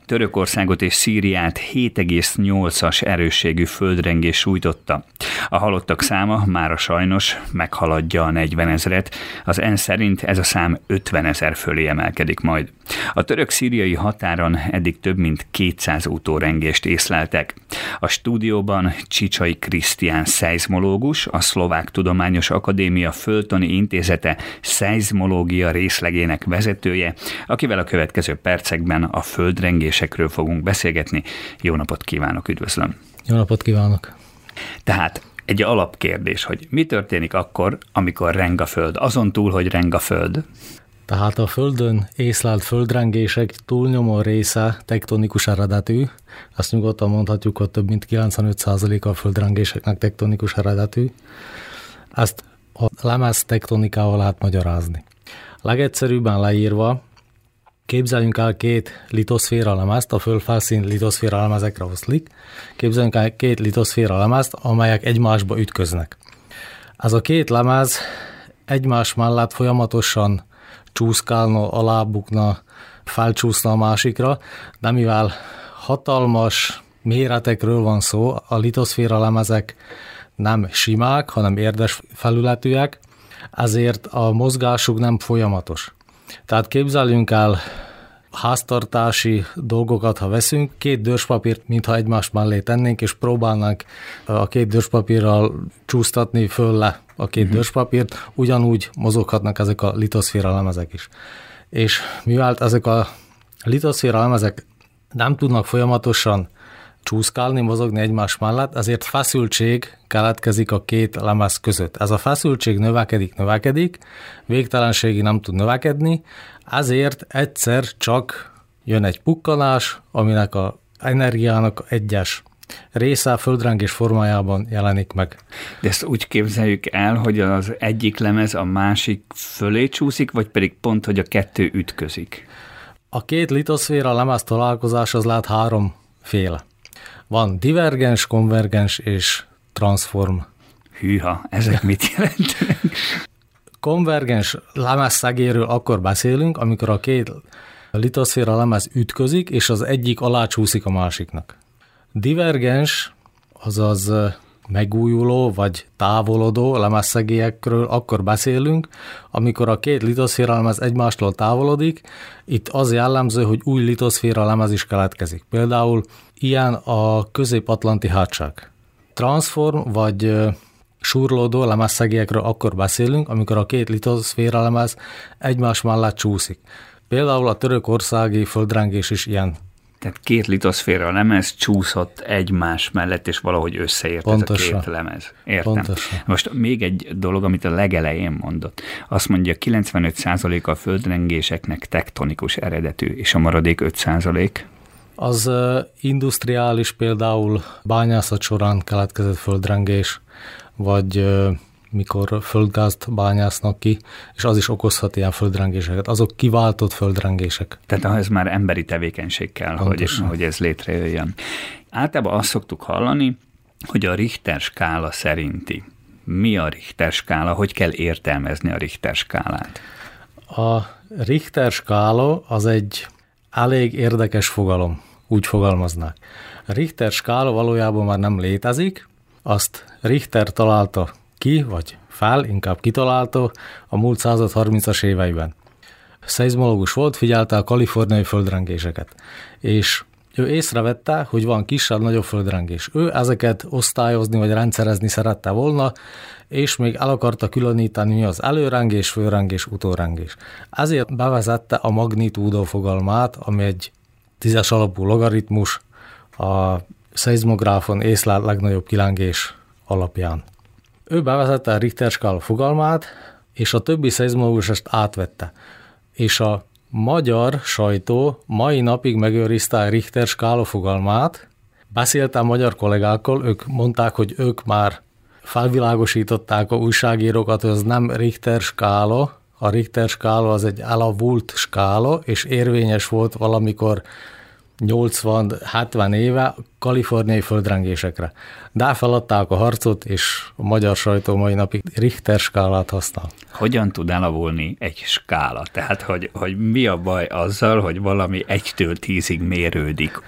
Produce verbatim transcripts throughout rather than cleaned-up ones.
Törökországot és Szíriát hét egész nyolcas erősségű földrengés sújtotta. A halottak száma mára sajnos meghaladja a negyvenezret, az ENSZ szerint ez a szám ötvenezer fölé emelkedik majd. A török-szíriai határon eddig több mint kétszáz utórengést észleltek. A stúdióban Csicsai Krisztián szeizmológus, a Szlovák Tudományos Akadémia Földtani Intézete szeizmológia részlegének vezetője, akivel a következő percekben a földrengésekről fogunk beszélgetni. Jó napot kívánok, üdvözlöm! Jó napot kívánok! Tehát egy alapkérdés, hogy mi történik akkor, amikor reng a föld, azon túl, hogy reng a föld? Tehát a Földön észlelt földrengések túlnyomó része tektonikus eredetű. Azt nyugodtan mondhatjuk, hogy több mint kilencvenöt százaléka a földrengéseknek tektonikus eredetű. Ezt a lemez tektonikával lehet magyarázni. Legegyszerűbben leírva, képzeljünk el két litoszféra lemezt, a földfelszín litoszféra lemezekre oszlik. Képzeljünk el két litoszféra lemezt, amelyek egymásba ütköznek. Ez a két lemez egymás mellett folyamatosan csúszkálna, alábbukna, felcsúszna a másikra, de mivel hatalmas méretekről van szó, a litoszféra lemezek nem simák, hanem érdes felületűek, ezért a mozgásuk nem folyamatos. Tehát képzeljünk el háztartási dolgokat, ha veszünk, két dörspapírt, mintha egymás mellé tennénk, és próbálnánk a két dörspapírral csúsztatni föl le a két uh-huh. dörspapírt, ugyanúgy mozoghatnak ezek a litoszféra lemezek is. És mivel ezek a litoszféra lemezek nem tudnak folyamatosan csúszkálni, mozogni egymás mellett, ezért feszültség keletkezik a két lemez között. Ez a feszültség növekedik, növekedik, végtelenségig nem tud növekedni, ezért egyszer csak jön egy pukkanás, aminek az energiának egyes része földrengés formájában jelenik meg. De ezt úgy képzeljük el, hogy az egyik lemez a másik fölé csúszik, vagy pedig pont, hogy a kettő ütközik? A két litoszféra lemez találkozás az lehet háromféle. Van divergens, konvergens és transform. Hűha, ezek mit jelentenek? Konvergens lemezszegéről akkor beszélünk, amikor a két litoszféra lemez ütközik, és az egyik alácsúszik a másiknak. Divergens, azaz megújuló vagy távolodó lemezszegélyekről akkor beszélünk, amikor a két litoszféra lemez egymástól távolodik, itt az jellemző, hogy új litoszféra lemez is keletkezik. Például ilyen a közép-atlanti hátság. Transform vagy súrlódó lemezszegélyekről akkor beszélünk, amikor a két litoszféra lemez egymás mellett csúszik. Például a törökországi földrengés is ilyen. Tehát két litoszféra lemez csúszott egymás mellett, és valahogy összeért Pontosan. ez a két lemez. Értem. Pontosan. Most még egy dolog, amit a legelején mondott. Azt mondja, kilencvenöt százaléka a földrengéseknek tektonikus eredetű, és a maradék öt százalék? Az industriális, például bányászat során keletkezett földrengés, vagy mikor földgázt bányásznak ki, és az is okozhat ilyen földrengéseket. Azok kiváltott földrengések. Tehát ez már emberi tevékenység kell, hogy, hogy ez létrejöjjön. Általában azt szoktuk hallani, hogy a Richter skála szerinti. Mi a Richter skála? Hogy kell értelmezni a Richter skálát? A Richter skála az egy elég érdekes fogalom, úgy fogalmaznák. A Richter skála valójában már nem létezik, azt Richter találta ki, vagy fel, inkább kitalálta a múlt század harmincas éveiben. Szeizmológus volt, figyelte a kaliforniai földrengéseket, és ő észrevette, hogy van kisebb-nagyobb földrengés. Ő ezeket osztályozni vagy rendszerezni szerette volna, és még el akarta különíteni, mi az előrengés, főrengés, utórengés. Ezért bevezette a magnitúdó fogalmát, ami egy tízes alapú logaritmus a szeizmográfon észlelt legnagyobb kilengés alapján. Ő bevezette a Richter skála fogalmát, és a többi szeizmológus ezt átvette. És a magyar sajtó mai napig megőrizte a Richter skála fogalmát. Beszéltem magyar kollégákkal, ők mondták, hogy ők már felvilágosították a újságírókat, hogy az nem Richter skála, a Richter skála az egy elavult skála, és érvényes volt valamikor nyolcvan-hetven éve kaliforniai földrengésekre. De feladták a harcot, és a magyar sajtó mai napig Richter skálát használ. Hogyan tud elavulni egy skála? Tehát, hogy, hogy mi a baj azzal, hogy valami egytől tízig mérődik?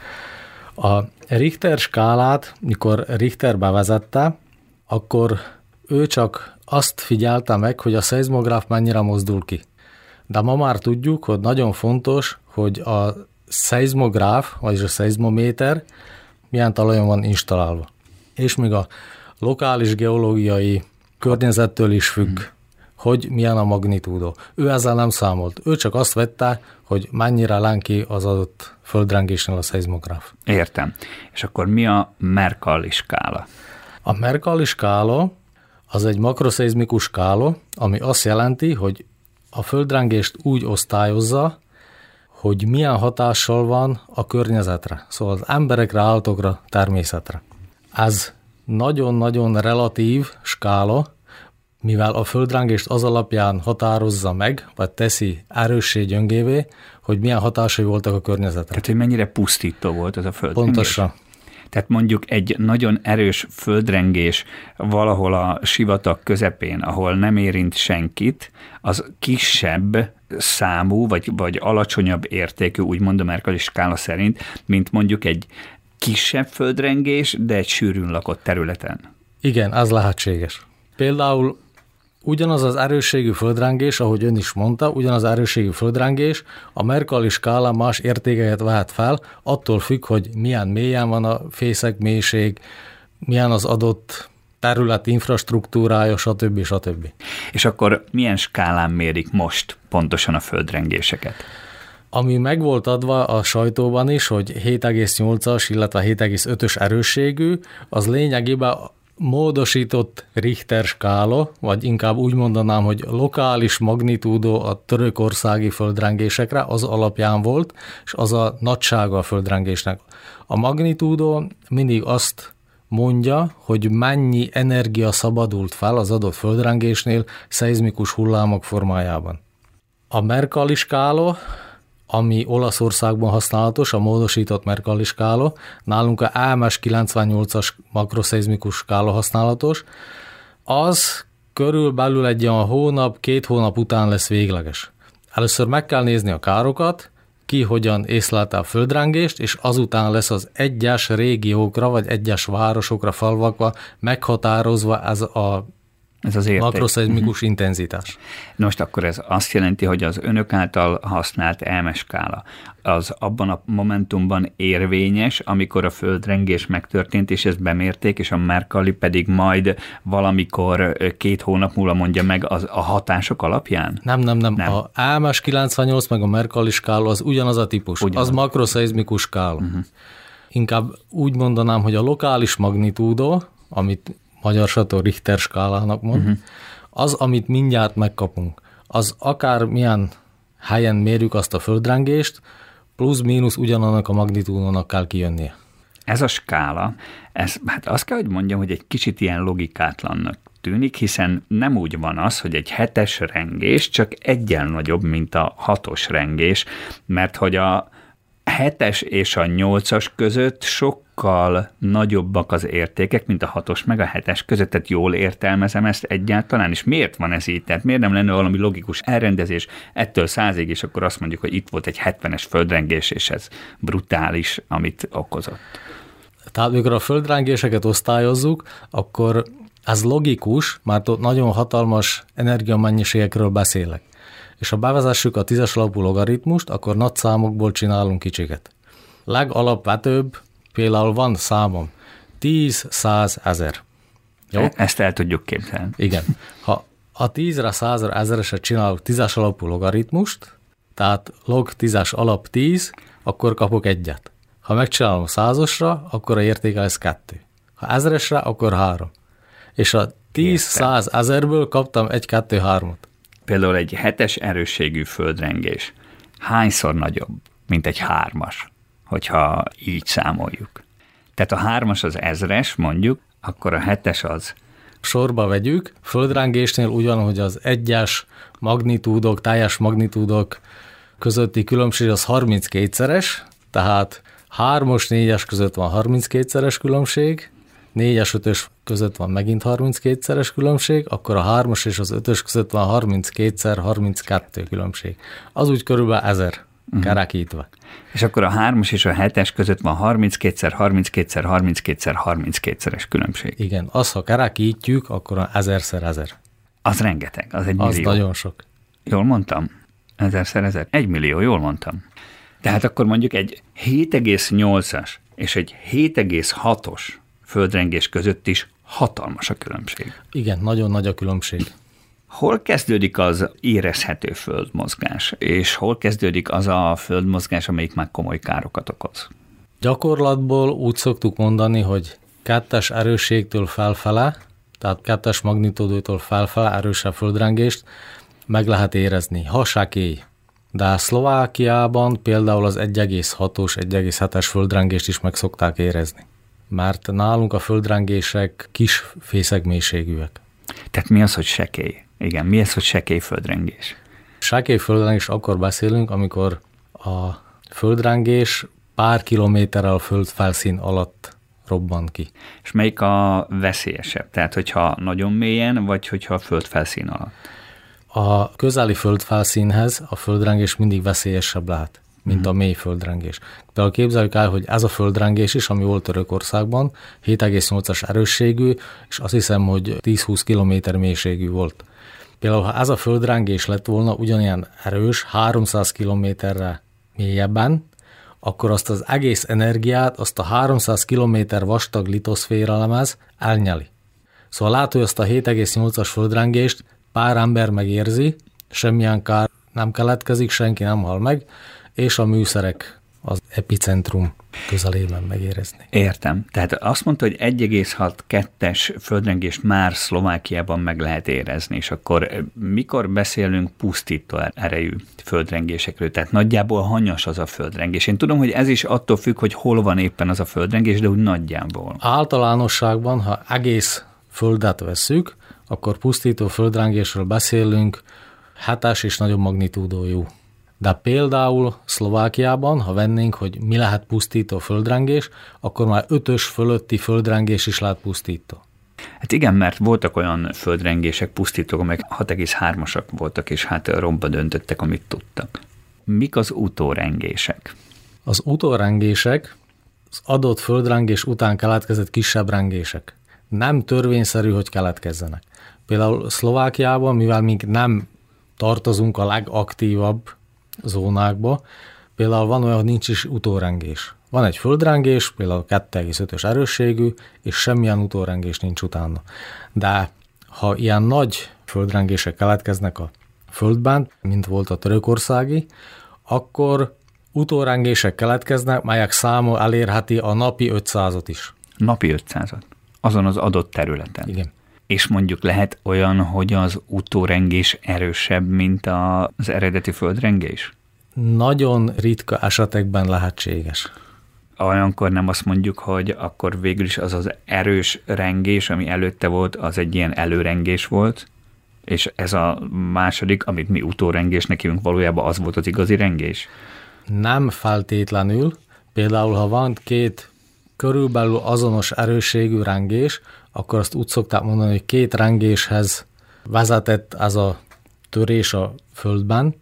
A Richter skálát, mikor Richter bevezette, akkor ő csak azt figyelte meg, hogy a szeizmográf mennyire mozdul ki. De ma már tudjuk, hogy nagyon fontos, hogy a szeizmográf, vagyis a szeizmométer milyen talajon van installálva. És még a lokális geológiai környezettől is függ, hmm. hogy milyen a magnitúdó. Ő ezzel nem számolt. Ő csak azt vette, hogy mennyire láng ki az adott földrengésnél a szeizmográf. Értem. És akkor mi a Mercalli skála? A Mercalli skála az egy makroszeizmikus skála, ami azt jelenti, hogy a földrengést úgy osztályozza, hogy milyen hatással van a környezetre, szóval az emberekre, állatokra, természetre. Ez nagyon-nagyon relatív skála, mivel a földrengést az alapján határozza meg, vagy teszi erőssé gyöngévé, hogy milyen hatásai voltak a környezetre. Tehát, hogy mennyire pusztító volt ez a földrengés. Pontosan. Tehát mondjuk egy nagyon erős földrengés valahol a sivatag közepén, ahol nem érint senkit, az kisebb számú, vagy, vagy alacsonyabb értékű, úgymond a Mercalli skála szerint, mint mondjuk egy kisebb földrengés, de egy sűrűn lakott területen. Igen, az lehetséges. Például ugyanaz az erősségű földrengés, ahogy ön is mondta, ugyanaz erősségű földrengés a Mercalli skálán más értékeket vehet fel, attól függ, hogy milyen mélyen van a fészek mélység, milyen az adott terület infrastruktúrája, stb. stb. És akkor milyen skálán mérik most pontosan a földrengéseket? Ami meg volt adva a sajtóban is, hogy hét egész nyolcas, illetve hét egész ötös erősségű, az lényegében módosított Richter skála, vagy inkább úgy mondanám, hogy lokális magnitúdó a törökországi földrengésekre, az alapján volt, és az a nagysága a földrengésnek. A magnitúdó mindig azt mondja, hogy mennyi energia szabadult fel az adott földrengésnél szeizmikus hullámok formájában. A Mercalli skála, ami Olaszországban használatos, a módosított Mercalli skála, nálunk a á em es kilencvennyolcas makroszeizmikus skála használatos, az körülbelül egy olyan hónap, két hónap után lesz végleges. Először meg kell nézni a károkat, ki hogyan észlelte a földrengést, és azután lesz az egyes régiókra, vagy egyes városokra, falvakra meghatározva ez a Ez az érték. Makroszeizmikus uh-huh. intenzitás. Most akkor ez azt jelenti, hogy az önök által használt á em es skála az abban a momentumban érvényes, amikor a földrengés megtörtént, és ezt bemérték, és a Mercalli pedig majd valamikor két hónap múlva mondja meg az, a hatások alapján? Nem, nem, nem. nem. A á em es kilencvennyolc meg a Mercalli skála az ugyanaz a típus. Ugyanaz. Az makroszeizmikus skála. Uh-huh. Inkább úgy mondanám, hogy a lokális magnitúdó, amit magyar sajtó Richter skálának mond, uh-huh. az, amit mindjárt megkapunk, az akár milyen helyen mérjük azt a földrengést, plusz-mínusz ugyanannak a magnitúdónak kell kijönnie. Ez a skála, ez, hát azt kell, hogy mondjam, hogy egy kicsit ilyen logikátlannak tűnik, hiszen nem úgy van az, hogy egy hetes rengés csak egyen nagyobb, mint a hatos rengés, mert hogy a hetes és a nyolcas között sokkal nagyobbak az értékek, mint a hatos meg a hetes között, tehát jól értelmezem ezt egyáltalán, és miért van ez így? Tehát miért nem lenne valami logikus elrendezés ettől százig, és akkor azt mondjuk, hogy itt volt egy hetvenes földrengés, és ez brutális, amit okozott. Tehát mikor a földrengéseket osztályozzuk, akkor ez logikus, mert ott nagyon hatalmas energiamennyiségekről beszélek. És ha bevezessük a tízes alapú logaritmust, akkor nagy számokból csinálunk kicsiket. Legalapvetőbb, például van számom tíz, száz, ezer. Jó? Ezt el tudjuk képzelni. Igen. Ha a tízre, százra, ezereset csinálok tízes alapú logaritmust, tehát log tízes alap tíz, akkor kapok egyet. Ha megcsinálom százosra, akkor a értéke lesz kettő. Ha ezeresre, akkor három. És a tíz, száz, ezerből kaptam egy, kettő, hármat. Például egy hetes erősségű földrengés hányszor nagyobb, mint egy hármas, hogyha így számoljuk. Tehát a hármas az ezres, mondjuk, akkor a hetes az... Sorba vegyük, földrengésnél ugyanúgy az egyes magnitúdok, teljes magnitúdok közötti különbség az harminckétszeres, tehát hármas, négyes között van harminckétszeres különbség, négyes, ötös között van megint harminckétszeres különbség, akkor a hármas és az ötös között van harminckétszer harminckettő különbség. Az úgy körülbelül ezer uh-huh. kerekítve. És akkor a hármas és a hetes között van harminckétszer harminckétszer harminckétszer harminckétszeres különbség. Igen, az, ha kerekítjük, akkor ezerszer ezer. Az rengeteg, az egy millió. Az nagyon sok. Jól mondtam? Ezerszer ezer. Egy millió, jól mondtam. Tehát akkor mondjuk egy hét egész nyolcas és egy hét egész hatos földrengés között is hatalmas a különbség. Igen, nagyon nagy a különbség. Hol kezdődik az érezhető földmozgás, és hol kezdődik az a földmozgás, amelyik már komoly károkat okoz? Gyakorlatból úgy szoktuk mondani, hogy kettes erősségtől felfele, tehát kettes magnitúdótól felfele erősebb földrengést meg lehet érezni, ha sekély. De Szlovákiában például az egy egész hatos, egy egész hetes földrengést is meg szokták érezni, mert nálunk a földrengések kis fészegmélységűek. Tehát mi az, hogy sekély? Igen, mi az, hogy sekély földrengés? Sekély földrengés akkor beszélünk, amikor a földrengés pár kilométerrel a föld felszín alatt robban ki. És melyik a veszélyesebb? Tehát, hogyha nagyon mélyen, vagy hogyha a föld felszín alatt? A közeli földfelszínhez a földrengés mindig veszélyesebb lehet, mint a mély földrengés. Például képzeljük el, hogy ez a földrengés is, ami volt Törökországban, hét egész nyolcas erősségű, és azt hiszem, hogy tíz-húsz kilométer mélységű volt. Például, ha ez a földrengés lett volna ugyanilyen erős, háromszáz kilométerre mélyebben, akkor azt az egész energiát, azt a háromszáz kilométer vastag litoszféra lemez elnyeli. Szóval látod, hogy azt a hét egész nyolcas földrengést pár ember megérzi, semmilyen kár nem keletkezik, senki nem hal meg, és a műszerek az epicentrum közelében megérezni. Értem. Tehát azt mondta, hogy egy egész hat kettes földrengést már Szlovákiában meg lehet érezni, és akkor mikor beszélünk pusztító erejű földrengésekről? Tehát nagyjából hanyas az a földrengés? Én tudom, hogy ez is attól függ, hogy hol van éppen az a földrengés, de úgy nagyjából. Általánosságban, ha egész földet vesszük, akkor pusztító földrengésről beszélünk, hetes és nagyobb magnitúdójú. De például Szlovákiában, ha vennénk, hogy mi lehet pusztító földrengés, akkor már ötös fölötti földrengés is lehet pusztító. Hát igen, mert voltak olyan földrengések, pusztítók, amelyek hat egész hármasak voltak, és hát romba döntöttek, amit tudtak. Mik az utórengések? Az utórengések az adott földrengés után keletkezett kisebb rengések. Nem törvényszerű, hogy keletkezzenek. Például Szlovákiában, mivel mink nem tartozunk a legaktívabb zónákba, például van olyan, hogy nincs is utórengés. Van egy földrengés, például kettő egész ötös erősségű, és semmilyen utórengés nincs utána. De ha ilyen nagy földrengések keletkeznek a földben, mint volt a törökországi, akkor utórengések keletkeznek, melyek száma elérheti a napi ötszázat is. Napi ötszázat? Azon az adott területen? Igen. És mondjuk lehet olyan, hogy az utórengés erősebb, mint az eredeti földrengés? Nagyon ritka esetekben lehetséges. Olyankor nem azt mondjuk, hogy akkor végül is az az erős rengés, ami előtte volt, az egy ilyen előrengés volt, és ez a második, amit mi utórengésnek hívunk, valójában az volt az igazi rengés? Nem feltétlenül. Például, ha van két körülbelül azonos erősségű rengés, akkor azt úgy szokták mondani, hogy két rengéshez vezetett ez a törés a földben,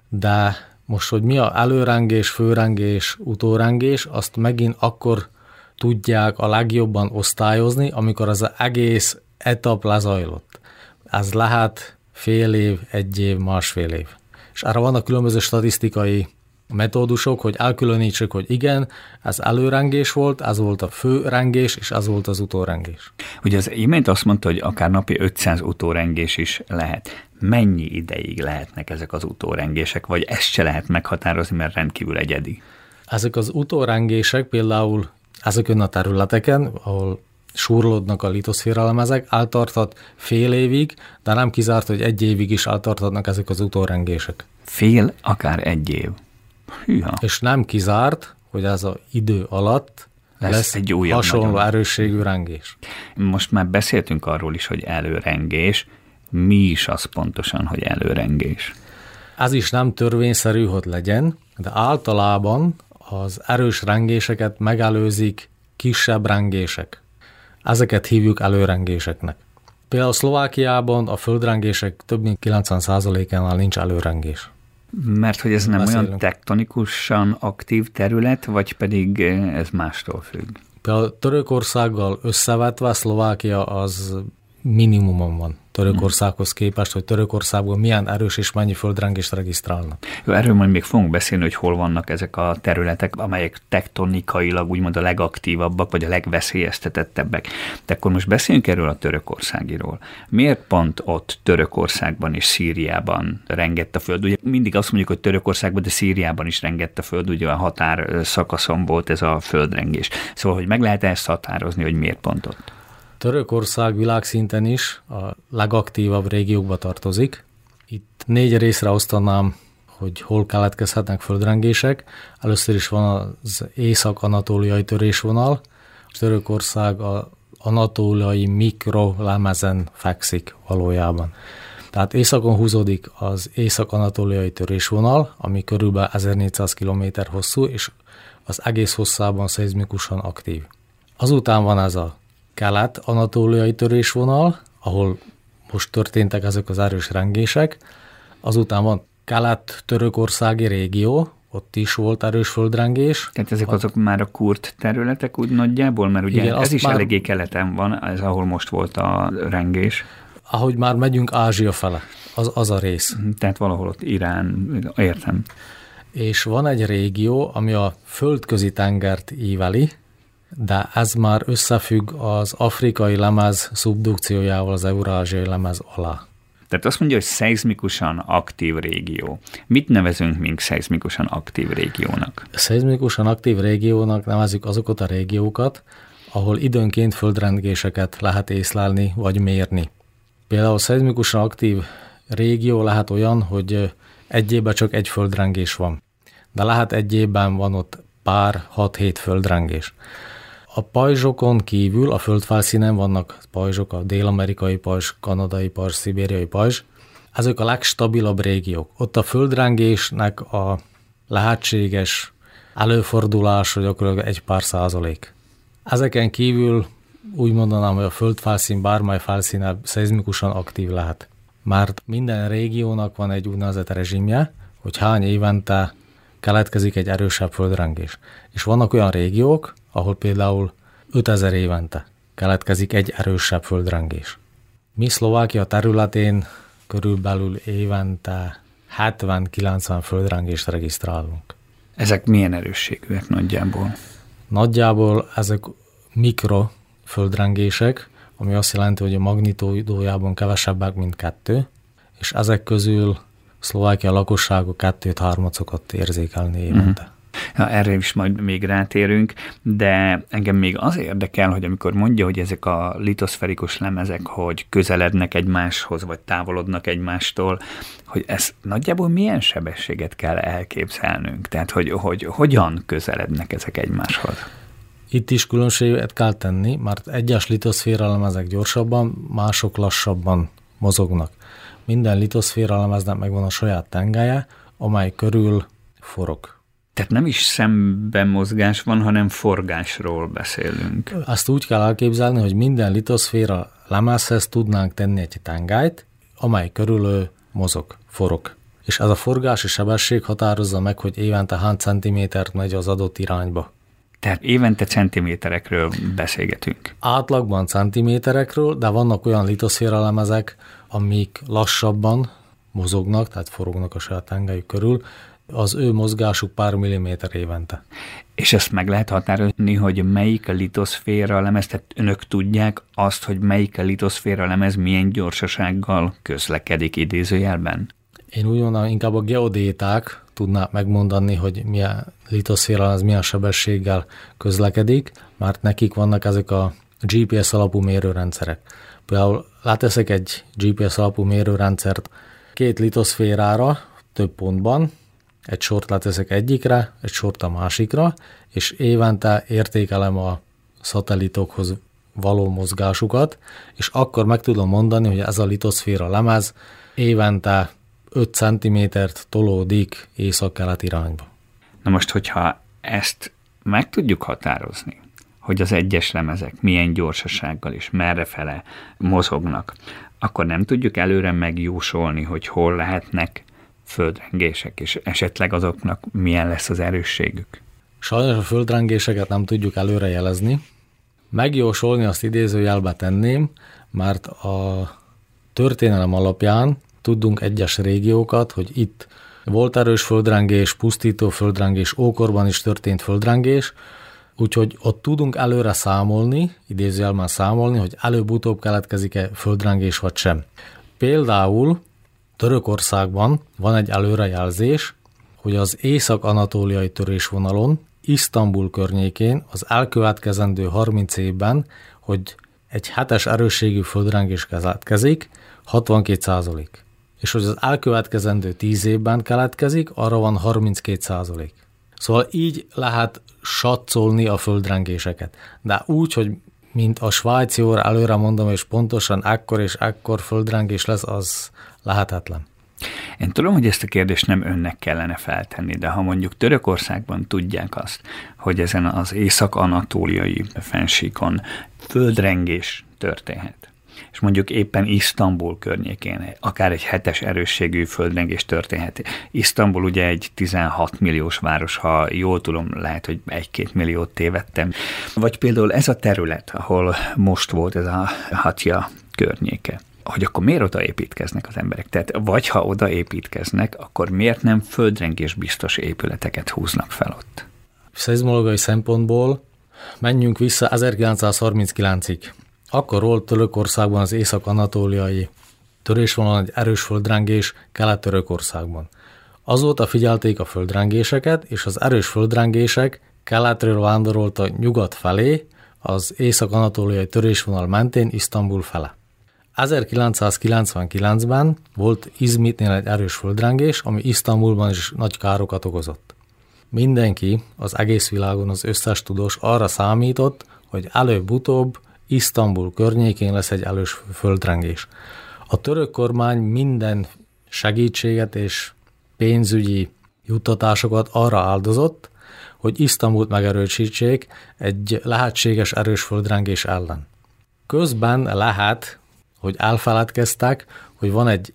de most, hogy mi a előrengés, főrengés, utórengés, azt megint akkor tudják a legjobban osztályozni, amikor az egész etap lezajlott. Ez lehet fél év, egy év, másfél év. És erre vannak különböző statisztikai metódusok, hogy elkülönítsük, hogy igen, ez előrengés volt, ez volt a főrengés, és ez volt az utórengés. Ugye az imént azt mondta, hogy akár napi ötszáz utórengés is lehet. Mennyi ideig lehetnek ezek az utórengések, vagy ezt se lehet meghatározni, mert rendkívül egyedi? Ezek az utórengések például ezeken a területeken, ahol súrlódnak a litoszféra lemezek, eltarthat fél évig, de nem kizárt, hogy egy évig is eltarthatnak ezek az utórengések. Fél, akár egy év. Hűha. És nem kizárt, hogy ez az idő alatt lesz, lesz egy újabb hasonló nagyon erősségű rengés. Most már beszéltünk arról is, hogy előrengés. Mi is az pontosan, hogy előrengés? Ez is nem törvényszerű, hogy legyen, de általában az erős rengéseket megelőzik kisebb rengések. Ezeket hívjuk előrengéseknek. Például Szlovákiában a földrengések több mint kilencven százalékánál nincs előrengés. Mert hogy ez nem Beszélünk. olyan tektonikusan aktív terület, vagy pedig ez mástól függ? Például Törökországgal összevetve Szlovákia az minimumon van Törökországhoz képest, hogy Törökországban milyen erős és mennyi földrengést regisztrálnak. Jó, erről majd még fogunk beszélni, hogy hol vannak ezek a területek, amelyek tektonikailag úgymond a legaktívabbak, vagy a legveszélyeztetettebbek. De akkor most beszéljünk erről a törökországiról. Miért pont ott Törökországban és Szíriában rengett a föld? Ugye mindig azt mondjuk, hogy Törökországban, de Szíriában is rengett a föld, ugye a határ szakaszon volt ez a földrengés. Szóval, hogy meg lehet ezt határozni, hogy miért pont ott? Törökország világszinten is a legaktívabb régiókba tartozik. Itt négy részre osztanám, hogy hol keletkezhetnek földrengések. Először is van az észak-anatóliai törésvonal, és Törökország az anatóliai mikrolemezen fekszik valójában. Tehát északon húzódik az észak-anatóliai törésvonal, ami körülbelül ezernégyszáz kilométer hosszú, és az egész hosszában szeizmikusan aktív. Azután van ez a kelet-anatóliai törésvonal, ahol most történtek ezek az erős rengések. Azután van kelet-törökországi régió, ott is volt erős földrengés. Tehát ezek azok már a kurd területek úgy nagyjából, mert ugye igen, ez is már eléggé keleten van, ez ahol most volt a rengés. Ahogy már megyünk Ázsia fele, az, az a rész. Tehát valahol ott Irán, értem. És van egy régió, ami a földközi tengert íveli, de ez már összefügg az afrikai lemez szubdukciójával az eurázsiai lemez alá. Tehát azt mondja, hogy szeizmikusan aktív régió. Mit nevezünk még szeizmikusan aktív régiónak? Szeizmikusan aktív régiónak nevezzük azokat a régiókat, ahol időnként földrengéseket lehet észlelni vagy mérni. Például szeizmikusan aktív régió lehet olyan, hogy egy évben csak egy földrengés van, de lehet egy évben van ott pár, hat-hét földrengés. A pajzsokon kívül a földfelszínen vannak pajzsok, a dél-amerikai pajzs, kanadai pajzs, szibériai pajzs. Ezek a legstabilabb régiók. Ott a földrengésnek a lehetséges előfordulása gyakorlatilag egy pár százalék. Ezeken kívül úgy mondanám, hogy a földfelszín bármely felszíne szeizmikusan aktív lehet. Mert minden régiónak van egy úgynevezett rezsimje, hogy hány évente keletkezik egy erősebb földrengés. És vannak olyan régiók, ahol például ötezer évente keletkezik egy erősebb földrengés. Mi Szlovákia területén körülbelül évente hetven-kilencven földrengést regisztrálunk. Ezek milyen erősségűek nagyjából? Nagyjából ezek mikro földrengések, ami azt jelenti, hogy a magnitódójában kevesebbek, mint kettő, és ezek közül Szlovákia lakossága kettőt-hármacokat érzékelni évente. Uh-huh. Ja, erre is majd még rátérünk, de engem még az érdekel, hogy amikor mondja, hogy ezek a litoszferikus lemezek, hogy közelednek egymáshoz, vagy távolodnak egymástól, hogy ez nagyjából milyen sebességet kell elképzelnünk? Tehát, hogy, hogy hogyan közelednek ezek egymáshoz? Itt is különbséget kell tenni, mert egyes litoszféra lemezek gyorsabban, mások lassabban mozognak. Minden litoszféra lemeznek megvan a saját tengelye, amely körül forog. Tehát nem is szemben mozgás van, hanem forgásról beszélünk. Azt úgy kell elképzelni, hogy minden litoszféra lemezhez tudnánk tenni egy tengelyt, amely körül ő mozog, forog. És ez a forgási sebesség határozza meg, hogy évente hány centimétert megy az adott irányba. Tehát évente centiméterekről beszélgetünk. Átlagban centiméterekről, de vannak olyan litoszféra lemezek, amik lassabban mozognak, tehát forognak a saját tengelyük körül, az ő mozgásuk pár milliméter évente. És ezt meg lehet határozni, hogy melyik a litoszféra lemez, tehát önök tudják azt, hogy melyik a litoszféra lemez milyen gyorsasággal közlekedik idézőjelben? Én úgy mondom, inkább a geodéták tudnák megmondani, hogy milyen litoszféra lemez milyen sebességgel közlekedik, mert nekik vannak ezek a gé pé es alapú mérőrendszerek. Például leteszek egy gé pé es alapú mérőrendszert két litoszférára, több pontban, egy sort leteszek egyikre, egy sort a másikra, és évente értékelem a szatellitokhoz való mozgásukat, és akkor meg tudom mondani, hogy ez a litoszféra lemez évente öt centimétert tolódik észak-kelet irányba. Na most, hogyha ezt meg tudjuk határozni, hogy az egyes lemezek milyen gyorsasággal és merrefele mozognak, akkor nem tudjuk előre megjósolni, hogy hol lehetnek földrengések, és esetleg azoknak milyen lesz az erősségük. Sajnos a földrengéseket nem tudjuk előre jelezni. Megjósolni azt idézőjelbe tenném, mert a történelem alapján tudunk egyes régiókat, hogy itt volt erős földrengés, pusztító földrengés, ókorban is történt földrengés, úgyhogy ott tudunk előre számolni, idézőjelben számolni, hogy előbb-utóbb keletkezik-e földrengés vagy sem. Például Törökországban van egy előrejelzés, hogy az észak-anatóliai törésvonalon, Isztambul környékén az elkövetkezendő harminc évben, hogy egy hetes erősségű földrengés keletkezik, hatvankét százalék. És hogy az elkövetkezendő tíz évben keletkezik, arra van harminckét százalék. Szóval így lehet satszolni a földrengéseket. De úgy, hogy mint a svájci óra előre mondom, és pontosan ekkor és ekkor földrengés lesz, az lehetetlen. Én tudom, hogy ezt a kérdést nem önnek kellene feltenni, de ha mondjuk Törökországban tudják azt, hogy ezen az észak-anatóliai fennsíkon földrengés történhet, és mondjuk éppen Isztambul környékén akár egy hetes erősségű földrengés történhet. Isztambul ugye egy tizenhat milliós város, ha jól tudom, lehet, hogy egy-két milliót tévedtem. Vagy például ez a terület, ahol most volt ez a Hatja környéke, hogy akkor miért oda építkeznek az emberek? Tehát vagy ha oda építkeznek, akkor miért nem földrengés biztos épületeket húznak fel ott? Szeizmológiai szempontból menjünk vissza ezerkilencszázharminckilencig. Akkor volt Törökországban az észak-anatóliai törésvonalon egy erős földrengés Kelet-Törökországban. Azóta figyelték a földrengéseket, és az erős földrengések keletről vándoroltak nyugat felé, az észak-anatóliai törésvonal mentén Isztambul fele. ezerkilencszázkilencvenkilencben volt Izmitnél egy erős földrengés, ami Isztambulban is nagy károkat okozott. Mindenki, az egész világon az összes tudós arra számított, hogy előbb-utóbb Isztambul környékén lesz egy erős földrengés. A török kormány minden segítséget és pénzügyi juttatásokat arra áldozott, hogy Isztambult megerősítsék egy lehetséges erős földrengés ellen. Közben lehet, hogy elfeledkeztek, hogy van egy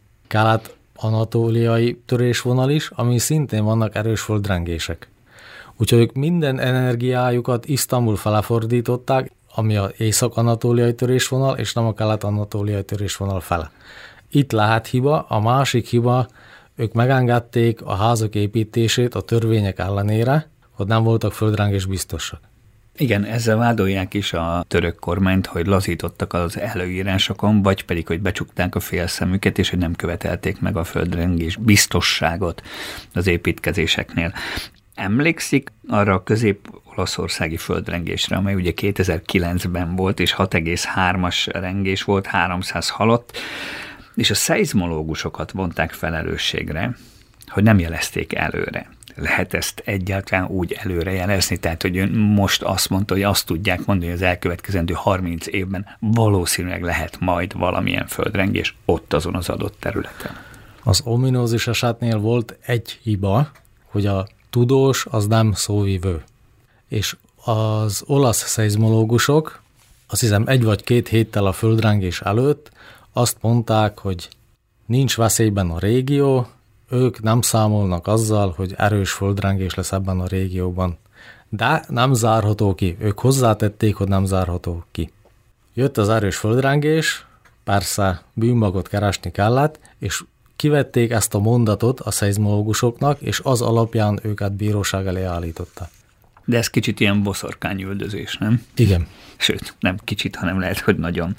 kelet-anatóliai törésvonal is, ami szintén vannak erős földrengések. Úgyhogy ők minden energiájukat Isztambul fele fordították, ami az észak-anatóliai törésvonal, és nem a kelet-anatóliai törésvonal fele. Itt lehet hiba, a másik hiba, ők megengedték a házak építését a törvények ellenére, hogy nem voltak földrengés biztosak. Igen, ezzel vádolják is a török kormányt, hogy lazítottak az előírásokon, vagy pedig, hogy becsukták a félszemüket, és hogy nem követelték meg a földrengés biztosságot az építkezéseknél. Emlékszik arra a közép-olaszországi földrengésre, amely ugye kétezer-kilencben volt, és hat egész hármas rengés volt, háromszáz halott, és a szeizmológusokat vonták felelősségre, hogy nem jelezték előre. Lehet ezt egyáltalán úgy előrejelezni, tehát hogy ön most azt mondta, hogy azt tudják mondani, hogy az elkövetkezendő harminc évben valószínűleg lehet majd valamilyen földrengés ott azon az adott területen. Az ominózus esetnél volt egy hiba, hogy a tudós az nem szóvivő. És az olasz szeizmológusok, azt hiszem egy vagy két héttel a földrengés előtt azt mondták, hogy nincs veszélyben a régió, ők nem számolnak azzal, hogy erős földrengés lesz ebben a régióban. De nem zárható ki. Ők hozzátették, hogy nem zárható ki. Jött az erős földrengés, persze bűnbagot keresni kellett, és kivették ezt a mondatot a szeizmológusoknak, és az alapján őket bíróság elé állították. De ez kicsit ilyen boszorkányüldözés, nem? Igen. Sőt, nem kicsit, hanem lehet, hogy nagyon.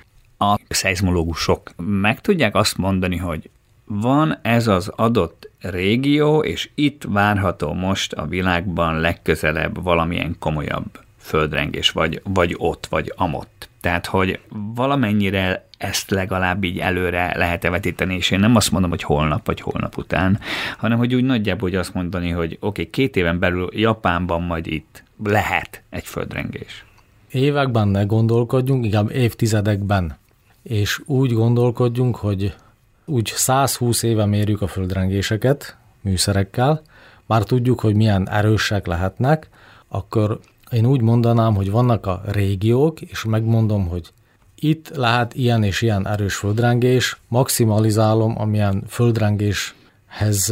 A szeizmológusok meg tudják azt mondani, hogy van ez az adott régió, és itt várható most a világban legközelebb valamilyen komolyabb földrengés, vagy, vagy ott, vagy amott. Tehát, hogy valamennyire ezt legalább így előre lehet-e vetíteni, és én nem azt mondom, hogy holnap, vagy holnap után, hanem, hogy úgy nagyjából hogy azt mondani, hogy oké, okay, két éven belül Japánban majd itt lehet egy földrengés. Években ne gondolkodjunk, inkább évtizedekben. És úgy gondolkodjunk, hogy úgy száz húsz éve mérjük a földrengéseket műszerekkel, már tudjuk, hogy milyen erősek lehetnek, akkor én úgy mondanám, hogy vannak a régiók, és megmondom, hogy itt lehet ilyen és ilyen erős földrengés, maximalizálom, amilyen földrengéshez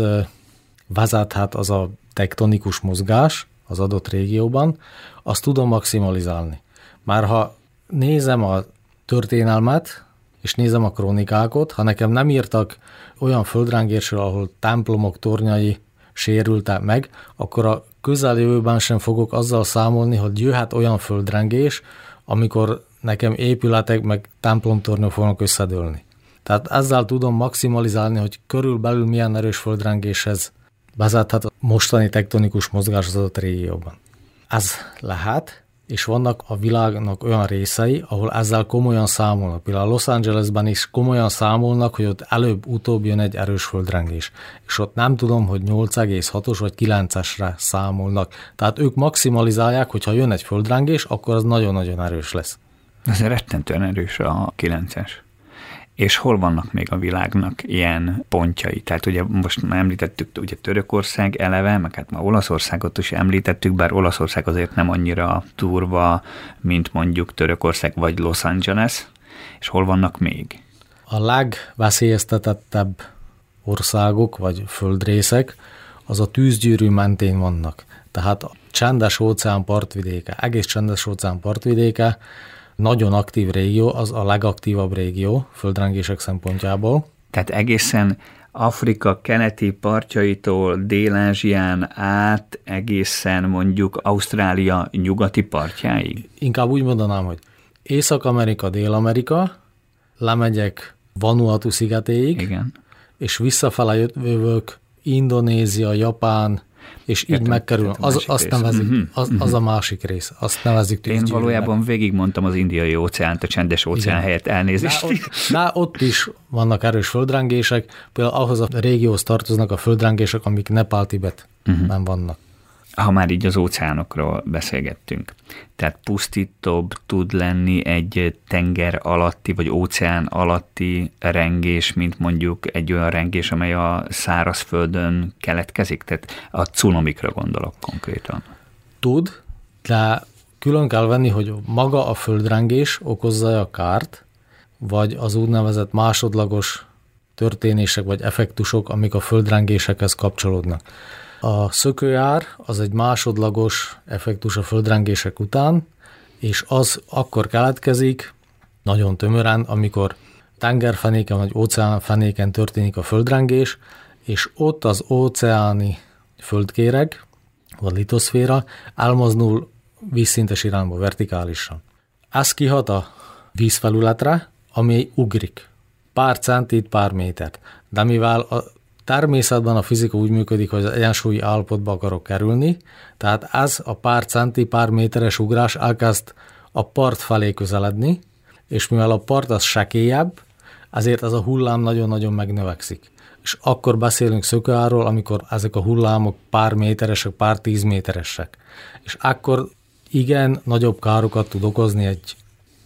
vezethet az a tektonikus mozgás az adott régióban, azt tudom maximalizálni. Már ha nézem a történelmet, és nézem a krónikákat, ha nekem nem írtak olyan földrengésről, ahol templomok tornyai sérültek meg, akkor a közeljövőben sem fogok azzal számolni, hogy jöhet olyan földrengés, amikor nekem épületek meg templomtornyok fognak összedőlni. Tehát ezzel tudom maximalizálni, hogy körülbelül milyen erős földrengéshez vezethet a mostani tektonikus mozgás az adott régióban. Ez lehet, és vannak a világnak olyan részei, ahol ezzel komolyan számolnak. Például Los Angelesben is komolyan számolnak, hogy ott előbb-utóbb jön egy erős földrengés. És ott nem tudom, hogy nyolc egész hatos vagy kilencesre számolnak. Tehát ők maximalizálják, hogy ha jön egy földrengés, akkor az nagyon-nagyon erős lesz. Ez rettentően erős a kilences. És hol vannak még a világnak ilyen pontjai? Tehát ugye most már említettük ugye Törökország eleve, meg hát ma Olaszországot is említettük, bár Olaszország azért nem annyira durva, mint mondjuk Törökország vagy Los Angeles. És hol vannak még? A legveszélyeztetettebb országok vagy földrészek az a tűzgyűrű mentén vannak. Tehát a csendes óceán partvidéke, egész csendes óceán partvidéke, nagyon aktív régió, az a legaktívabb régió földrengések szempontjából. Tehát egészen Afrika keleti partjaitól Dél-Ázsián át egészen mondjuk Ausztrália nyugati partjáig? Inkább úgy mondanám, hogy Észak-Amerika, Dél-Amerika, lemegyek Vanuatu szigetéig, igen, és visszafele jövök Indonézia, Japán, és így értem, megkerül. Az, azt nevezik, uh-huh, az, az a másik rész. Azt nevezik tűzgyűrűnek. Én valójában végigmondtam az Indiai óceánt, a Csendes óceán igen. helyett, elnézést. De ott, de ott is vannak erős földrengések, például ahhoz a régióhoz tartoznak a földrengések, amik Nepál-Tibetben uh-huh. vannak. Ha már így az óceánokról beszélgettünk. Tehát pusztítóbb tud lenni egy tenger alatti, vagy óceán alatti rengés, mint mondjuk egy olyan rengés, amely a szárazföldön keletkezik? Tehát a cunamikra gondolok konkrétan. Tud, de külön kell venni, hogy maga a földrengés okozza a kárt, vagy az úgynevezett másodlagos történések, vagy effektusok, amik a földrengésekhez kapcsolódnak. A szökőár az egy másodlagos effektus a földrengések után, és az akkor keletkezik nagyon tömören, amikor tengerfenéken vagy óceánfenéken történik a földrengés, és ott az óceáni földkéreg, vagy litoszféra elmozdul vízszintes irányba, vertikálisan. Ez kihat a vízfelületre, ami ugrik. Pár centit, pár métert. De mivel a természetben a fizika úgy működik, hogy az egyensúlyi állapotba akarok kerülni, tehát ez a pár centi, pár méteres ugrás elkezd a part felé közeledni, és mivel a part az sekélyebb, ezért ez a hullám nagyon-nagyon megnövekszik. És akkor beszélünk szökőárról, amikor ezek a hullámok pár méteresek, pár tíz méteresek. És akkor igen, nagyobb károkat tud okozni egy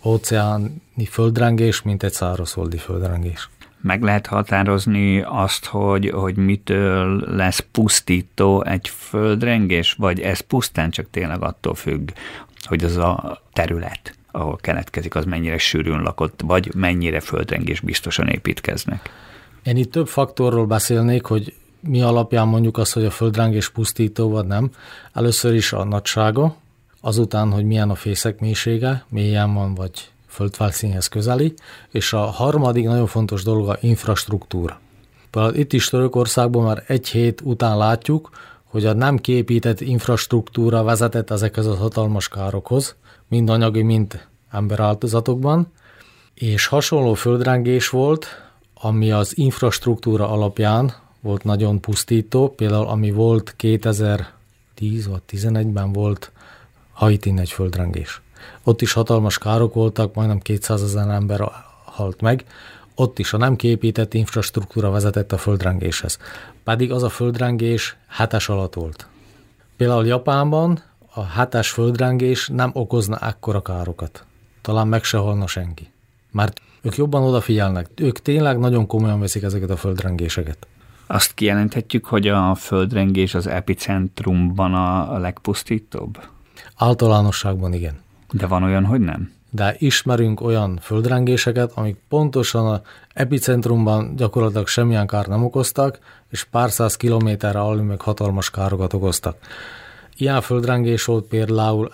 óceáni földrengés, mint egy szárazföldi földrengés. Meg lehet határozni azt, hogy, hogy mitől lesz pusztító egy földrengés, vagy ez pusztán csak tényleg attól függ, hogy az a terület, ahol keletkezik, az mennyire sűrűn lakott, vagy mennyire földrengés biztosan építkeznek? Én itt több faktorról beszélnék, hogy mi alapján mondjuk azt, hogy a földrengés pusztító, vagy nem. Először is a nagysága, azután, hogy milyen a fészek mélysége, mélyen van, vagy földfelszínhez közeli, és a harmadik nagyon fontos dolog a infrastruktúra. Például itt is Törökországban már egy hét után látjuk, hogy a nem kiépített infrastruktúra vezetett ezekhez a hatalmas károkhoz, mind anyagi, mind emberáldozatokban, és hasonló földrengés volt, ami az infrastruktúra alapján volt nagyon pusztító, például ami volt kétezer-tíz vagy tizenegyben volt Haitin egy földrengés. Ott is hatalmas károk voltak, majdnem kétszázezer ember halt meg, ott is a nem kiépített infrastruktúra vezetett a földrengéshez. Pedig az a földrengés hetes alatt volt. Például Japánban a hetes földrengés nem okozna ekkora károkat. Talán meg se halna senki. Mert ők jobban odafigyelnek. Ők tényleg nagyon komolyan veszik ezeket a földrengéseket. Azt kijelenthetjük, hogy a földrengés az epicentrumban a legpusztítóbb? Általánosságban igen. De van olyan, hogy nem? De ismerünk olyan földrengéseket, amik pontosan az epicentrumban gyakorlatilag semmilyen kár nem okoztak, és pár száz kilométerre alul meg hatalmas károkat okoztak. Ilyen földrengés volt például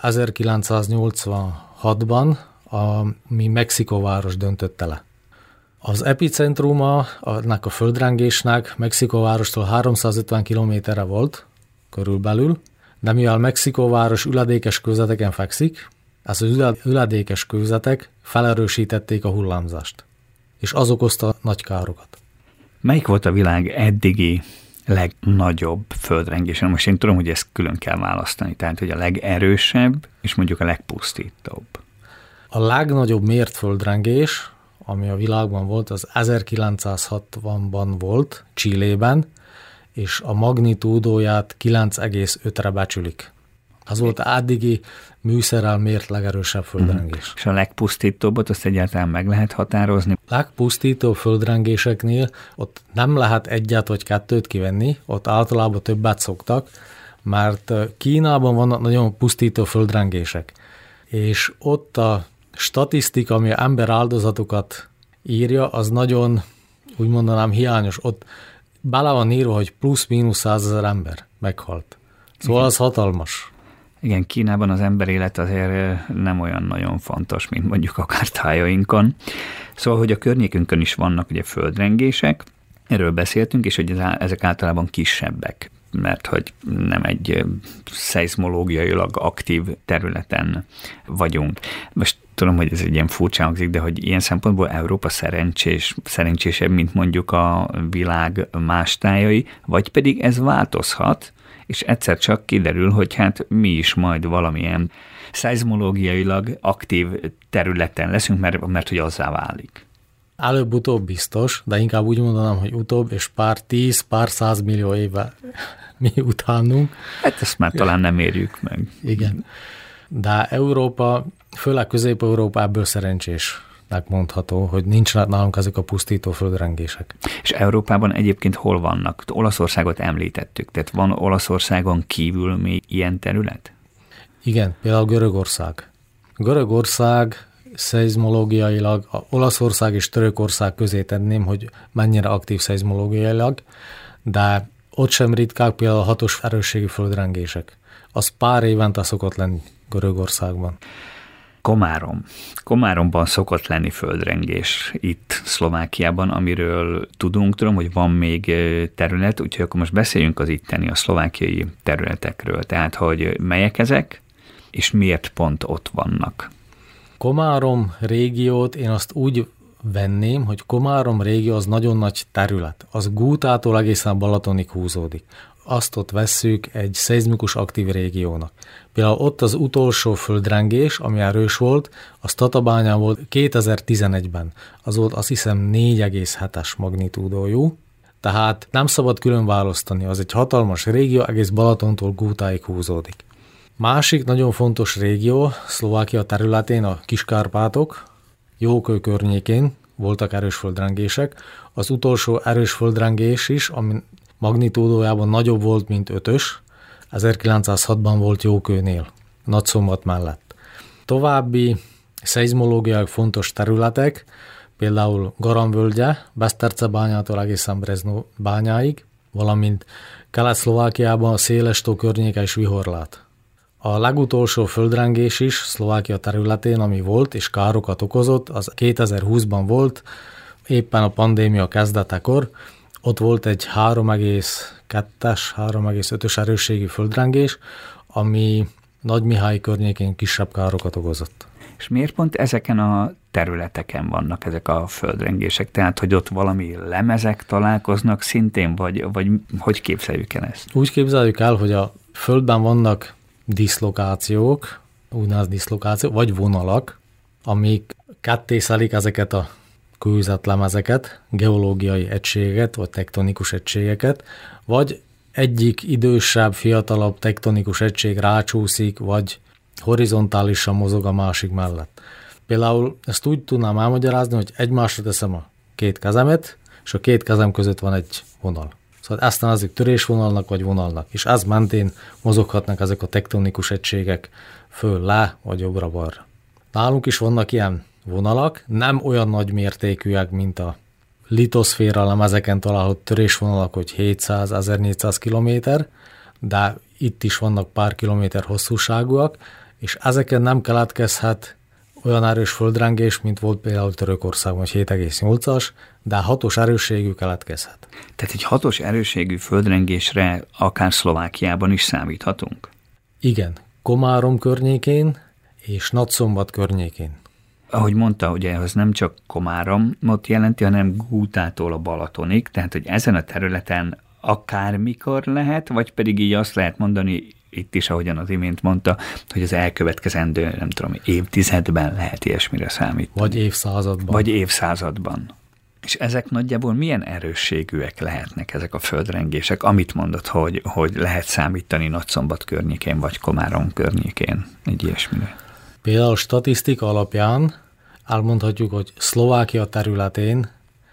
ezerkilencszáznyolcvanhatban, ami Mexikó város döntötte le. Az epicentruma ennek a földrengésnek Mexikó várostól háromszázötven kilométerre volt körülbelül, de mivel Mexikó város üledékes kőzeteken fekszik, az üledékes kőzetek felerősítették a hullámzást, és az okozta nagy károkat. Melyik volt a világ eddigi legnagyobb földrengése? Most én tudom, hogy ezt külön kell választani, tehát hogy a legerősebb, és mondjuk a legpusztítóbb. A legnagyobb mért földrengés, ami a világban volt, az ezerkilencszázhatvanban volt, Chilében, és a magnitúdóját kilenc egész ötre becsülik. Az volt addigi műszerrel mért legerősebb földrengés. Uh-huh. És a legpusztítóbbot azt egyáltalán meg lehet határozni? Legpusztítóbb földrengéseknél ott nem lehet egyet vagy kettőt kivenni, ott általában többet szoktak, mert Kínában vannak nagyon pusztító földrengések, és ott a statisztika, ami ember áldozatokat írja, az nagyon, úgy mondanám, hiányos. Ott bele van írva, hogy plusz-mínusz százezer ember meghalt. Szóval az hatalmas. Igen, Kínában az ember élet azért nem olyan nagyon fontos, mint mondjuk akár tájainkon. Szóval, hogy a környékünkön is vannak ugye földrengések, erről beszéltünk, és hogy ezek általában kisebbek, mert hogy nem egy szeizmológiailag aktív területen vagyunk. Most tudom, hogy ez egy ilyen furcsa hangzik, de hogy ilyen szempontból Európa szerencsés, szerencsésebb, mint mondjuk a világ más tájai, vagy pedig ez változhat, és egyszer csak kiderül, hogy hát mi is majd valamilyen szeizmológiailag aktív területen leszünk, mert, mert hogy azzá válik. Előbb-utóbb biztos, de inkább úgy mondanám, hogy utóbb, és pár tíz, pár százmillió éve mi utánunk. Hát ezt már talán nem érjük meg. Igen. De Európa, főleg Közép-Európa ebből szerencsésnek mondható, hogy nincsenek nálunk ezek a pusztító földrengések. És Európában egyébként hol vannak? Olaszországot említettük, tehát van Olaszországon kívül még ilyen terület? Igen, például Görögország. Görögország szeizmológiailag, a Olaszország és Törökország közé tenném, hogy mennyire aktív szeizmológiailag, de ott sem ritkák például a hatos erősségű földrengések. Az pár évente szokott lenni Görögországban. Komárom. Komáromban szokott lenni földrengés itt Szlovákiában, amiről tudunk, tudom, hogy van még terület, úgyhogy akkor most beszéljünk az itteni, a szlovákiai területekről. Tehát, hogy melyek ezek, és miért pont ott vannak? Komárom régiót én azt úgy venném, hogy Komárom régió az nagyon nagy terület. Az Gútától egészen Balatonig húzódik. Azt ott vesszük egy szeizmikus aktív régiónak. Például ott az utolsó földrengés, ami erős volt, az Tatabányán volt kétezer-tizenegyben. Az volt azt hiszem négy egész hetes magnitúdójú, tehát nem szabad külön választani. Az egy hatalmas régió, egész Balatontól Gútáig húzódik. Másik nagyon fontos régió Szlovákia területén a Kiskárpátok, Jókő környékén voltak erős földrengések. Az utolsó erős földrengés is, ami magnitúdójában nagyobb volt, mint ötös, ezerkilencszázhatban volt Jókőnél, Nagyszombat mellett. További szeizmológiai fontos területek, például Garamvölgye, Besztercebányától egészen Breznó bányáig, valamint Kelet-Szlovákiában a Szélestó környéke is vihorlát. A legutolsó földrengés is Szlovákia területén, ami volt és károkat okozott, az kétezer-húszban volt, éppen a pandémia kezdetekor. Ott volt egy három egész kettes, három egész ötös erősségű földrengés, ami Nagymihály környékén kisebb károkat okozott. És miért pont ezeken a területeken vannak ezek a földrengések? Tehát, hogy ott valami lemezek találkoznak szintén, vagy, vagy hogy képzeljük el ezt? Úgy képzeljük el, hogy a földben vannak diszlokációk, úgynevezett diszlokációk, vagy vonalak, amik kettészelik ezeket a kőzetlemezeket, geológiai egységeket, vagy tektonikus egységeket, vagy egyik idősebb, fiatalabb tektonikus egység rácsúszik, vagy horizontálisan mozog a másik mellett. Például ezt úgy tudnám elmagyarázni, hogy egymásra teszem a két kezemet, és a két kezem között van egy vonal. Szóval ezt nevezik törésvonalnak vagy vonalnak, és ez mentén mozoghatnak ezek a tektonikus egységek föl, le vagy jobbra-balra. Nálunk is vannak ilyen vonalak, nem olyan nagy mértékűek, mint a litoszféra lemezeken található törésvonalak, hogy hétszáz-ezernégyszáz kilométer, de itt is vannak pár kilométer hosszúságúak, és ezeken nem keletkezhet olyan erős földrengés, mint volt például Törökországban, hogy hét egész nyolcas, de hatos erősségű keletkezhet. Tehát egy hatos erősségű földrengésre akár Szlovákiában is számíthatunk? Igen, Komárom környékén és Nagyszombat környékén. Ahogy mondta, ugye ez nem csak Komáromot jelenti, hanem Gútától a Balatonig, tehát hogy ezen a területen akármikor lehet, vagy pedig így azt lehet mondani, itt is, ahogyan az imént mondta, hogy az elkövetkezendő, nem tudom, évtizedben lehet ilyesmire számítani. Vagy évszázadban. Vagy évszázadban. És ezek nagyjából milyen erősségűek lehetnek ezek a földrengések, amit mondott, hogy, hogy lehet számítani Nagyszombat környékén, vagy Komárom környékén, egy ilyesmire? Például statisztika alapján elmondhatjuk, hogy Szlovákia területén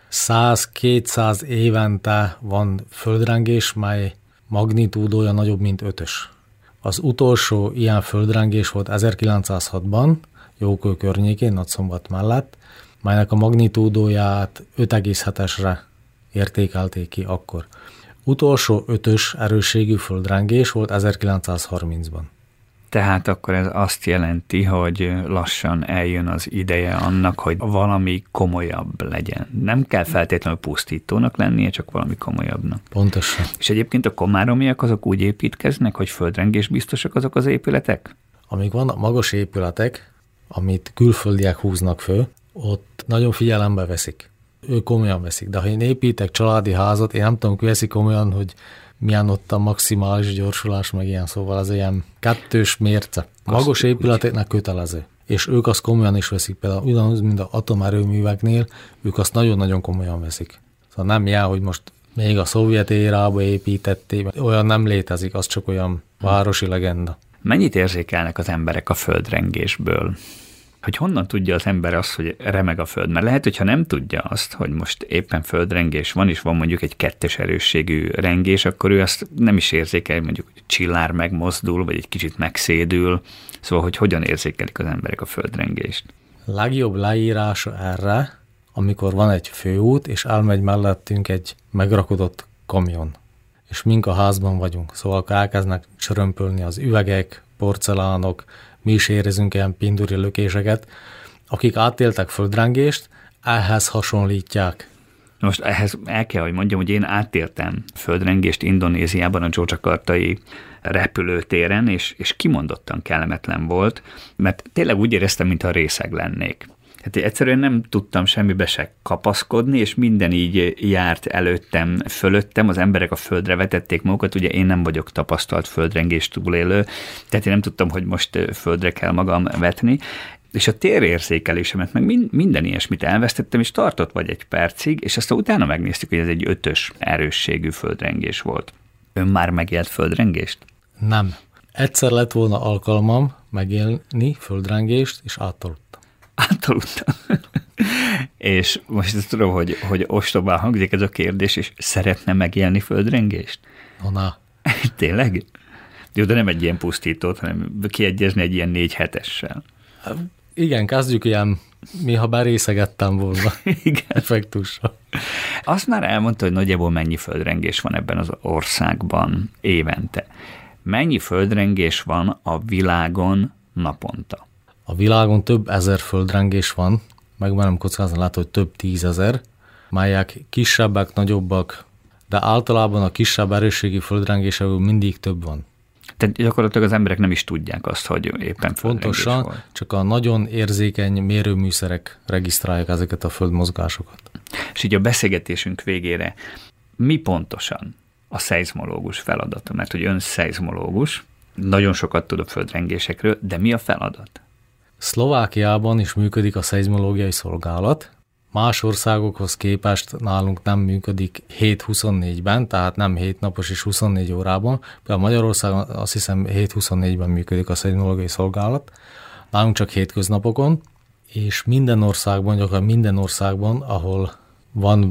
száz-kétszáz évente van földrengés, mely magnitúdója nagyobb, mint ötös. Az utolsó ilyen földrengés volt ezerkilencszázhatban, Jókő környékén, Nagyszombat mellett, melynek a magnitúdóját öt egész hetesre értékelték ki akkor. Utolsó ötös erősségű földrengés volt ezerkilencszázharmincban. Tehát akkor ez azt jelenti, hogy lassan eljön az ideje annak, hogy valami komolyabb legyen. Nem kell feltétlenül pusztítónak lennie, csak valami komolyabbnak. Pontosan. És egyébként a komáromiak azok úgy építkeznek, hogy földrengés biztosak azok az épületek? Amíg vannak magas épületek, amit külföldiek húznak föl, ott nagyon figyelembe veszik. Ők komolyan veszik. De ha én építek családi házat, én nem tudom, hogy veszik komolyan, hogy milyen ott a maximális gyorsulás, meg ilyen, szóval az ilyen kettős mérce. Magas épületeknek kötelező. És ők azt komolyan is veszik, például ugyanúgy, mint az atomerőműveknél, ők azt nagyon-nagyon komolyan veszik. Szóval nem jel, hogy most még a szovjet érába építették, olyan nem létezik, az csak olyan városi legenda. Mennyit érzékelnek az emberek a földrengésből? Hogy honnan tudja az ember azt, hogy remeg a föld? Mert lehet, hogyha nem tudja azt, hogy most éppen földrengés van, és van mondjuk egy kettes erősségű rengés, akkor ő azt nem is érzékel, mondjuk, hogy csillár megmozdul, vagy egy kicsit megszédül. Szóval, hogy hogyan érzékelik az emberek a földrengést? Legjobb leírása erre, amikor van egy főút, és elmegy mellettünk egy megrakodott kamion, és mink a házban vagyunk. Szóval akkor elkezdnek csörömpölni az üvegek, porcelánok, mi is érezünk ilyen pinduri lökéseket, akik átéltek földrengést, ehhez hasonlítják. Most ehhez el kell, hogy mondjam, hogy én átéltem földrengést Indonéziában, a Jogjakartai repülőtéren, és, és kimondottan kellemetlen volt, mert tényleg úgy éreztem, mintha részeg lennék. Hát egyszerűen nem tudtam semmibe se kapaszkodni, és minden így járt előttem, fölöttem, az emberek a földre vetették magukat, ugye én nem vagyok tapasztalt földrengés túlélő, tehát én nem tudtam, hogy most földre kell magam vetni, és a térérzékelésemet, meg minden ilyesmit elvesztettem, és tartott vagy egy percig, és aztán utána megnéztük, hogy ez egy ötös erősségű földrengés volt. Ön már megélt földrengést? Nem. Egyszer lett volna alkalmam megélni földrengést, és átaludtam. Átaludtam. És most ezt tudom, hogy, hogy ostobán hangzik ez a kérdés, és szeretne megélni földrengést? Na, na. Tényleg? Jó, de nem egy ilyen pusztítót, hanem kiegyezni egy ilyen négy hetessel. Igen, kezdjük ilyen, miha berészegettem volna. Igen. Effektussal. Azt már elmondta, hogy nagyjából mennyi földrengés van ebben az országban évente. Mennyi földrengés van a világon naponta? A világon több ezer földrengés van, megmerem kockázni látni, hogy több tízezer, melyek kisebbek, nagyobbak, de általában a kisebb erősségi földrengésekből mindig több van. Tehát gyakorlatilag az emberek nem is tudják azt, hogy éppen földrengés Pontosan, volt. Csak a nagyon érzékeny mérőműszerek regisztrálják ezeket a földmozgásokat. És így a beszélgetésünk végére mi pontosan a szeizmológus feladata? Mert hogy ön szeizmológus, nagyon sokat tud a földrengésekről, de mi a feladat? Szlovákiában is működik a szeizmológiai szolgálat. Más országokhoz képest nálunk nem működik hét huszonnégyben, tehát nem hét napos és huszonnégy órában. Például Magyarországon azt hiszem hét huszonnégyben működik a szeizmológiai szolgálat. Nálunk csak hétköznapokon, és minden országban, gyakorlatilag minden országban, ahol van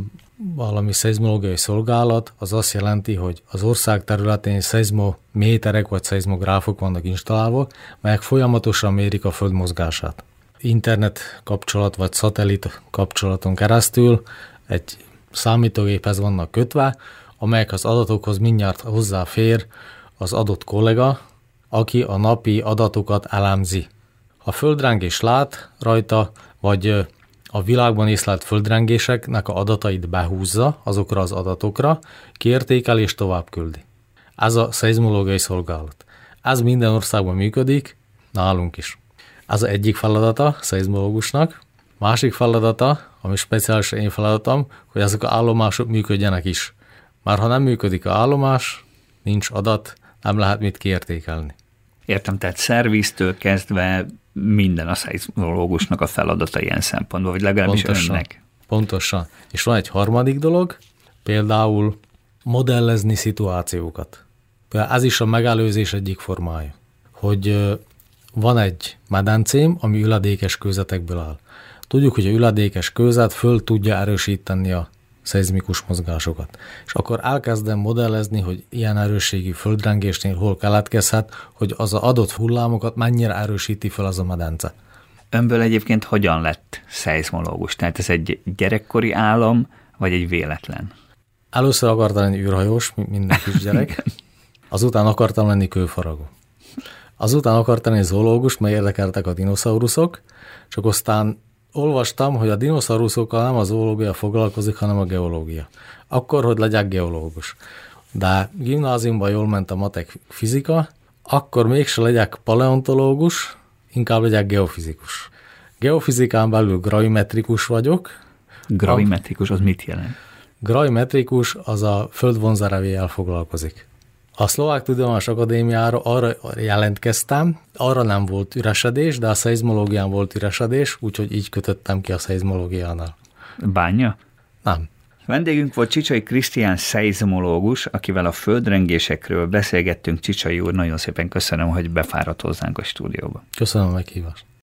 valami szeizmológiai szolgálat, az azt jelenti, hogy az ország területén szeizmométerek vagy szeizmográfok vannak installálva, melyek folyamatosan mérik a föld mozgását. Internet kapcsolat vagy szatellit kapcsolaton keresztül egy számítógéphez vannak kötve, amelyek az adatokhoz mindjárt hozzáfér az adott kollega, aki a napi adatokat elemzi. Ha földrengés lát rajta, vagy a világban észlelt földrengéseknek a adatait behúzza azokra az adatokra, kiértékel és tovább küldi. Ez a szeizmológiai szolgálat. Ez minden országban működik, nálunk is. Ez az egyik feladata szeizmológusnak. Másik feladata, ami speciális én feladatom, hogy ezek az állomások működjenek is. Már ha nem működik az állomás, nincs adat, nem lehet mit kiértékelni. Értem, tehát szerviztől kezdve minden a szeizmológusnak a feladata ilyen szempontból, vagy legalábbis Pontosan. önnek. Pontosan. És van egy harmadik dolog, például modellezni szituációkat. Például ez is a megelőzés egyik formája. Hogy van egy medencém, ami üledékes kőzetekből áll. Tudjuk, hogy a üledékes kőzet föl tudja erősíteni a szeizmikus mozgásokat. És akkor elkezdem modellezni, hogy ilyen erősségű földrengésnél hol keletkezhet, hogy az adott hullámokat mennyire erősíti fel az a medence. Önből egyébként hogyan lett szeizmológus? Tehát ez egy gyerekkori álom, vagy egy véletlen? Először akartam lenni űrhajós, minden kisgyerek. Azután akartam lenni kőfaragó. Azután akartam lenni zoológus, mert érdekeltek a dinoszauruszok, csak aztán olvastam, hogy a dinoszauruszokkal nem a zoológia foglalkozik, hanem a geológia. Akkor, hogy legyek geológus. De gimnáziumban jól ment a matek fizika, akkor mégse legyek paleontológus, inkább legyek geofizikus. Geofizikán belül gravimetrikus vagyok. Gravimetrikus, az mit jelent? Gravimetrikus az a föld vonzerevélyel foglalkozik. A Szlovák Tudományos Akadémiára arra jelentkeztem, arra nem volt üresedés, de a szeizmológián volt üresedés, úgyhogy így kötöttem ki a szeizmológiánál. Bánya? Nem. Vendégünk volt Csicsai Krisztián szeizmológus, akivel a földrengésekről beszélgettünk. Csicsai úr, nagyon szépen köszönöm, hogy befáradt hozzánk a stúdióba. Köszönöm a meghívást.